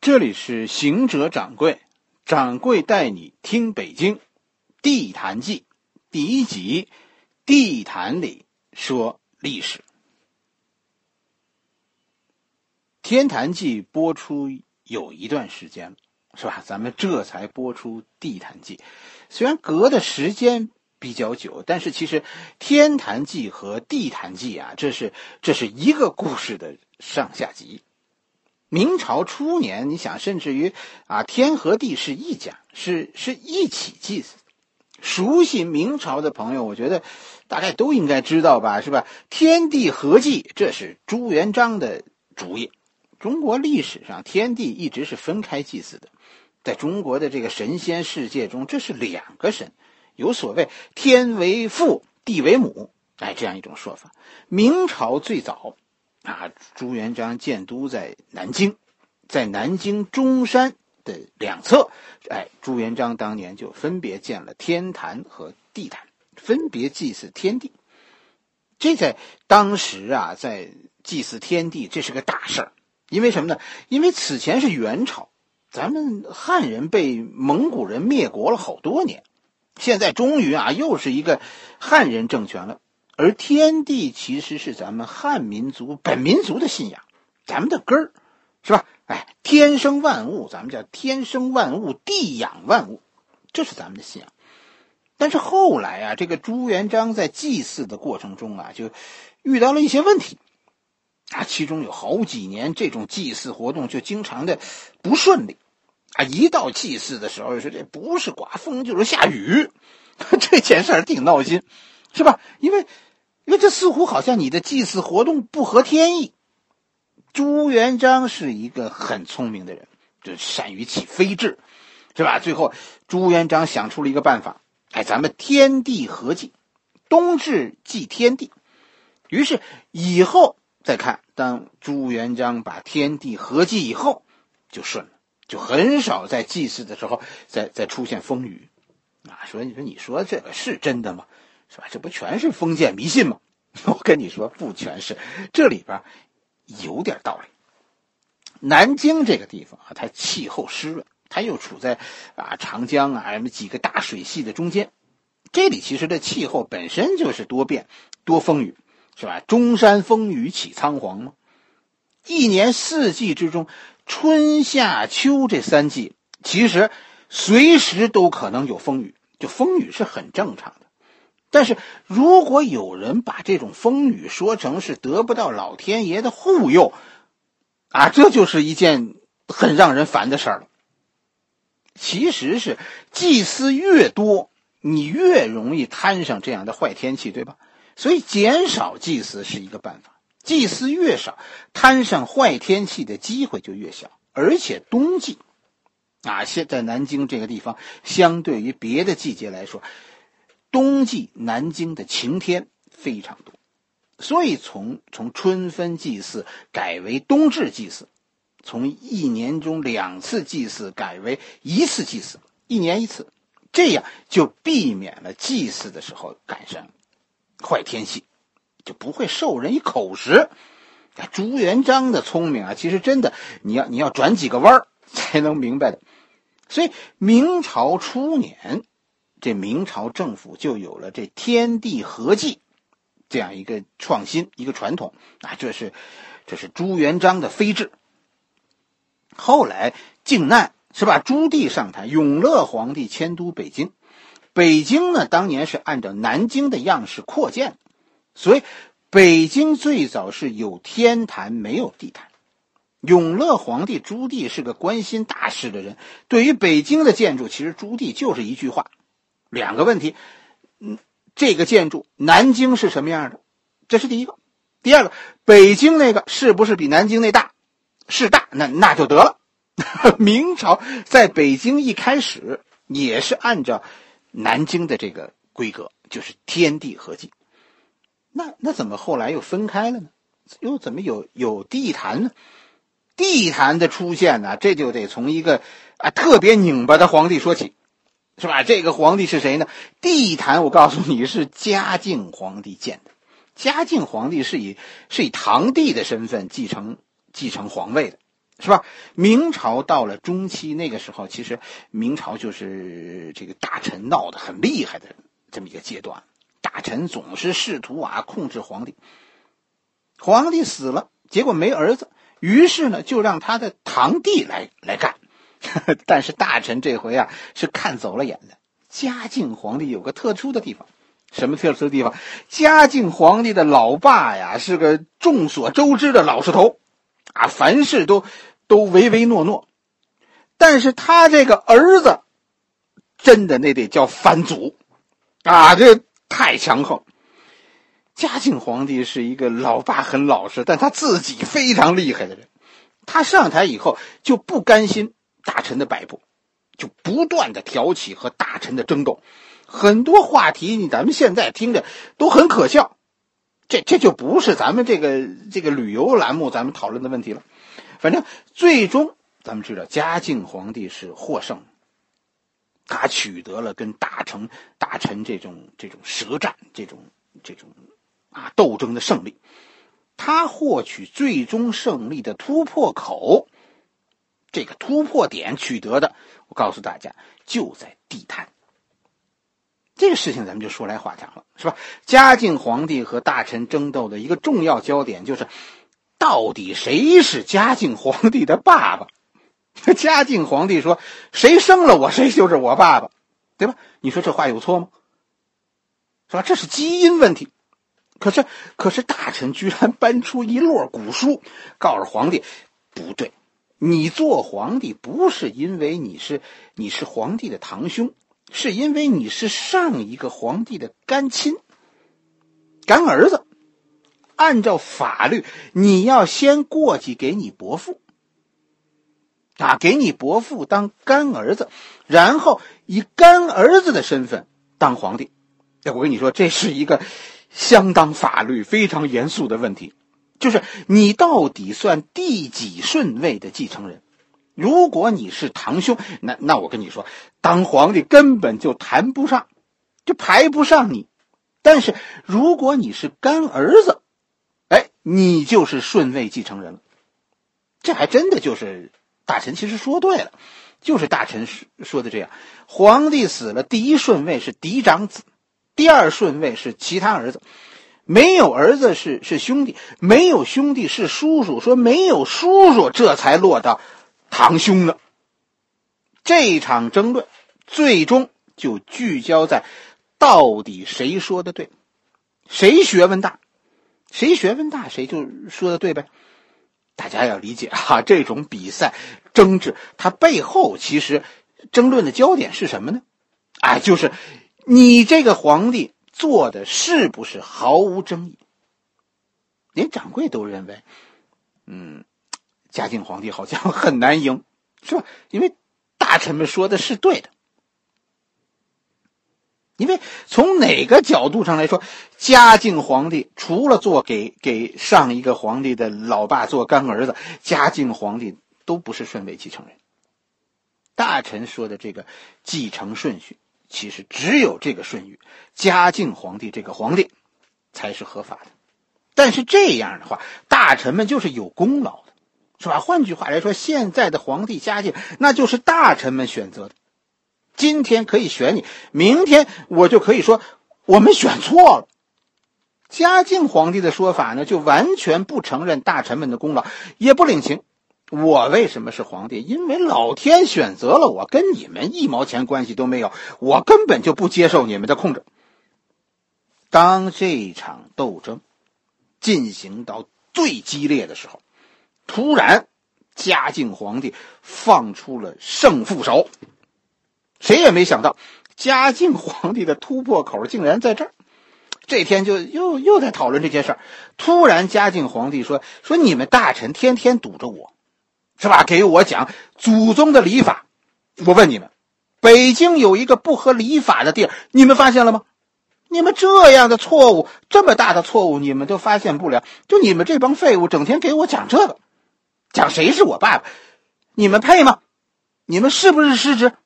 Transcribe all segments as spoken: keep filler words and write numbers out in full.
这里是行者掌柜，掌柜带你听北京地坛记第一集，地坛里说历史。天坛记播出有一段时间了，是吧？咱们这才播出地坛记，虽然隔的时间比较久，但是其实天坛记和地坛记啊，这是这是一个故事的上下集。明朝初年，你想，甚至于啊，天和地是一家，是是一起祭祀。熟悉明朝的朋友，我觉得大概都应该知道吧，是吧？天地合祭，这是朱元璋的主意。中国历史上，天地一直是分开祭祀的，在中国的这个神仙世界中，这是两个神，有所谓天为父，地为母，哎，这样一种说法。明朝最早啊，朱元璋建都在南京，在南京中山的两侧，哎，朱元璋当年就分别建了天坛和地坛，分别祭祀天地。这在当时啊，在祭祀天地，这是个大事儿。因为什么呢？因为此前是元朝，咱们汉人被蒙古人灭国了好多年，现在终于啊，又是一个汉人政权了。而天地其实是咱们汉民族本民族的信仰，咱们的根儿，是吧？哎，天生万物，咱们叫天生万物，地养万物，这是咱们的信仰。但是后来啊，这个朱元璋在祭祀的过程中啊，就遇到了一些问题啊，其中有好几年这种祭祀活动就经常的不顺利啊，一到祭祀的时候说这不是刮风就是下雨，这件事儿挺闹心，是吧？因为因为这似乎好像你的祭祀活动不合天意。朱元璋是一个很聪明的人，就善于起飞智，是吧？最后朱元璋想出了一个办法，哎，咱们天地合祭，冬至祭天地。于是以后再看，当朱元璋把天地合祭以后，就顺了，就很少在祭祀的时候再再出现风雨啊。说你说你说这个是真的吗？是吧？这不全是封建迷信吗？我跟你说不全是，这里边有点道理。南京这个地方啊，它气候湿润，它又处在啊长江啊几个大水系的中间，这里其实的气候本身就是多变多风雨，是吧？中山风雨起苍黄嘛。一年四季之中，春夏秋这三季其实随时都可能有风雨，就风雨是很正常的。但是如果有人把这种风雨说成是得不到老天爷的护佑啊，这就是一件很让人烦的事儿了。其实是祭祀越多，你越容易摊上这样的坏天气，对吧？所以减少祭祀是一个办法，祭祀越少，摊上坏天气的机会就越小。而且冬季啊，现在南京这个地方相对于别的季节来说，冬季南京的晴天非常多，所以从从春分祭祀改为冬至祭祀，从一年中两次祭祀改为一次祭祀，一年一次，这样就避免了祭祀的时候赶上坏天气，就不会受人以口实。朱元璋的聪明啊，其实真的你要你要转几个弯才能明白的。所以明朝初年，这明朝政府就有了这天地合祭这样一个创新，一个传统啊，这是这是朱元璋的飞智。后来靖难，是吧？朱棣上台，永乐皇帝迁都北京，北京呢当年是按照南京的样式扩建的，所以北京最早是有天坛没有地坛。永乐皇帝朱棣是个关心大事的人，对于北京的建筑，其实朱棣就是一句话，两个问题，嗯，这个建筑南京是什么样的？这是第一个。第二个，北京那个是不是比南京那大？是大，那那就得了。明朝在北京一开始也是按照南京的这个规格，就是天地合祭。那那怎么后来又分开了呢？又怎么有有地坛呢？地坛的出现呢，这就得从一个啊特别拧巴的皇帝说起，是吧？这个皇帝是谁呢？地坛我告诉你是嘉靖皇帝建的。嘉靖皇帝是以是以堂弟的身份继承继承皇位的， 是吧？明朝到了中期，那个时候其实明朝就是这个大臣闹得很厉害的这么一个阶段，大臣总是试图啊控制皇帝。皇帝死了，结果没儿子，于是呢就让他的堂弟来来干。但是大臣这回啊是看走了眼的。嘉靖皇帝有个特殊的地方，什么特殊的地方？嘉靖皇帝的老爸呀是个众所周知的老实头啊，凡事都都唯唯诺诺。但是他这个儿子真的那得叫反祖啊，这太强横。嘉靖皇帝是一个老爸很老实，但他自己非常厉害的人。他上台以后就不甘心大臣的摆布，就不断的挑起和大臣的争斗。很多话题你咱们现在听着都很可笑，这这就不是咱们这个这个旅游栏目咱们讨论的问题了。反正最终咱们知道嘉靖皇帝是获胜，他取得了跟大臣大臣这种这种舌战这种这种啊斗争的胜利。他获取最终胜利的突破口，这个突破点取得的，我告诉大家就在地坛。这个事情咱们就说来话长了，是吧？嘉靖皇帝和大臣争斗的一个重要焦点就是到底谁是嘉靖皇帝的爸爸。嘉靖皇帝说谁生了我谁就是我爸爸，对吧？你说这话有错吗？是吧？这是基因问题。可是可是大臣居然搬出一摞古书告诉皇帝，不对，你做皇帝不是因为你是你是皇帝的堂兄，是因为你是上一个皇帝的干亲干儿子。按照法律你要先过继给你伯父啊，给你伯父当干儿子，然后以干儿子的身份当皇帝。我跟你说，这是一个相当法律非常严肃的问题，就是你到底算第几顺位的继承人。如果你是堂兄，那那我跟你说，当皇帝根本就谈不上，就排不上你。但是如果你是干儿子，哎，你就是顺位继承人了。这还真的就是大臣其实说对了，就是大臣说的这样。皇帝死了，第一顺位是嫡长子，第二顺位是其他儿子，没有儿子是是兄弟，没有兄弟是叔叔，说没有叔叔，这才落到堂兄呢。这一场争论最终就聚焦在到底谁说的对，谁学问大，谁学问大谁就说的对呗。大家要理解啊，这种比赛争执它背后其实争论的焦点是什么呢？哎，就是你这个皇帝做的是不是毫无争议。连掌柜都认为嗯，嘉靖皇帝好像很难赢，是吧？因为大臣们说的是对的。因为从哪个角度上来说，嘉靖皇帝除了做给给上一个皇帝的老爸做干儿子，嘉靖皇帝都不是顺位继承人。大臣说的这个继承顺序，其实只有这个顺序，嘉靖皇帝这个皇帝才是合法的。但是这样的话，大臣们就是有功劳的，是吧？换句话来说，现在的皇帝嘉靖那就是大臣们选择的。今天可以选你，明天我就可以说我们选错了。嘉靖皇帝的说法呢，就完全不承认大臣们的功劳，也不领情。我为什么是皇帝？因为老天选择了我，跟你们一毛钱关系都没有，我根本就不接受你们的控制。当这场斗争进行到最激烈的时候，突然嘉靖皇帝放出了胜负手。谁也没想到嘉靖皇帝的突破口竟然在这儿。这天就又又在讨论这件事儿。突然嘉靖皇帝说说你们大臣天天堵着我，是吧？给我讲祖宗的礼法。我问你们，北京有一个不合礼法的地儿，你们发现了吗？你们这样的错误，这么大的错误你们都发现不了，就你们这帮废物整天给我讲这个，讲谁是我爸爸，你们配吗？你们是不是失职？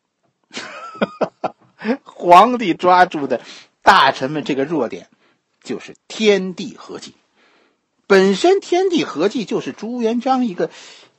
皇帝抓住的大臣们这个弱点就是天地合祭。本身天地合祭就是朱元璋一个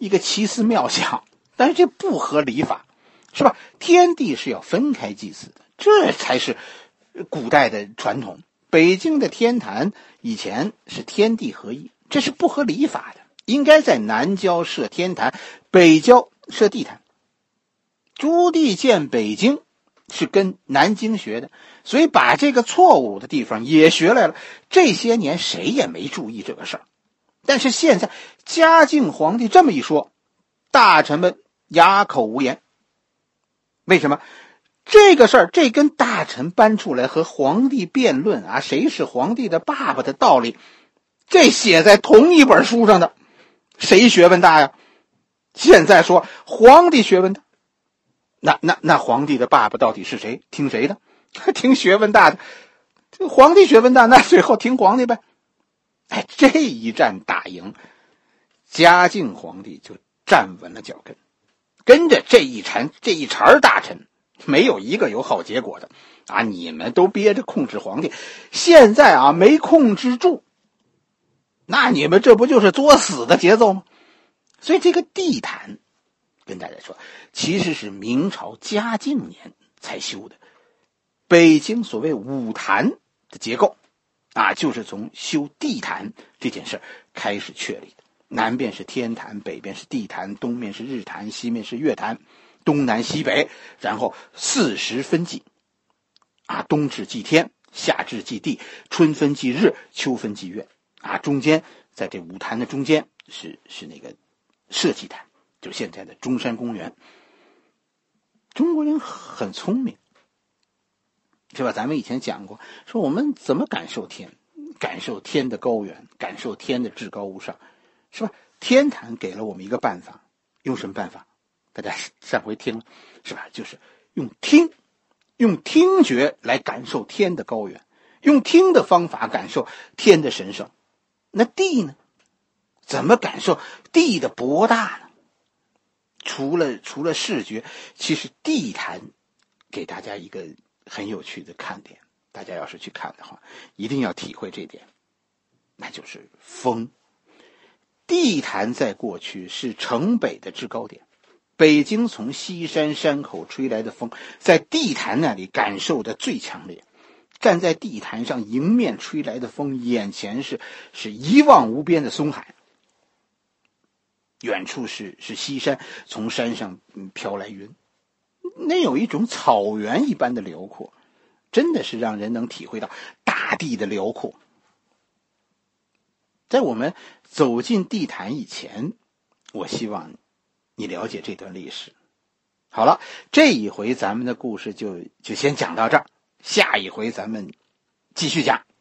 一个奇思妙想，但是这不合礼法，是吧？天地是要分开祭祀的，这才是古代的传统。北京的天坛以前是天地合一，这是不合礼法的，应该在南郊设天坛，北郊设地坛。朱棣建北京是跟南京学的，所以把这个错误的地方也学来了。这些年谁也没注意这个事儿，但是现在嘉靖皇帝这么一说，大臣们哑口无言。为什么？这个事儿，这跟大臣搬出来和皇帝辩论啊，谁是皇帝的爸爸的道理，这写在同一本书上的，谁学问大呀？现在说皇帝学问大，那那那皇帝的爸爸到底是谁？听谁的？听学问大的。这皇帝学问大，那最后听皇帝呗。哎，这一战打赢，嘉靖皇帝就站稳了脚跟，跟着这一茬这一茬大臣，没有一个有好结果的啊！你们都憋着控制皇帝，现在啊没控制住，那你们这不就是作死的节奏吗？所以这个地坛，跟大家说，其实是明朝嘉靖年才修的。北京所谓五坛的结构啊，就是从修地坛这件事开始确立的。南边是天坛，北边是地坛，东面是日坛，西面是月坛，东南西北，然后四时分祭啊，冬至祭天，夏至祭地，春分祭日，秋分祭月啊，中间在这五坛的中间是是那个社稷坛，就是现在的中山公园。中国人很聪明，是吧？咱们以前讲过，说我们怎么感受天，感受天的高远，感受天的至高无上，是吧？天坛给了我们一个办法，用什么办法？大家上回听了，是吧？就是用听，用听觉来感受天的高远，用听的方法感受天的神圣。那地呢？怎么感受地的博大呢？除了除了视觉，其实地坛给大家一个很有趣的看点，大家要是去看的话，一定要体会这点，那就是风。地坛在过去是城北的制高点，北京从西山山口吹来的风，在地坛那里感受的最强烈。站在地坛上，迎面吹来的风，眼前是是一望无边的松海，远处是是西山，从山上、嗯、飘来云，那有一种草原一般的辽阔，真的是让人能体会到大地的辽阔。在我们走进地坛以前，我希望你了解这段历史。好了，这一回咱们的故事就就先讲到这儿，下一回咱们继续讲。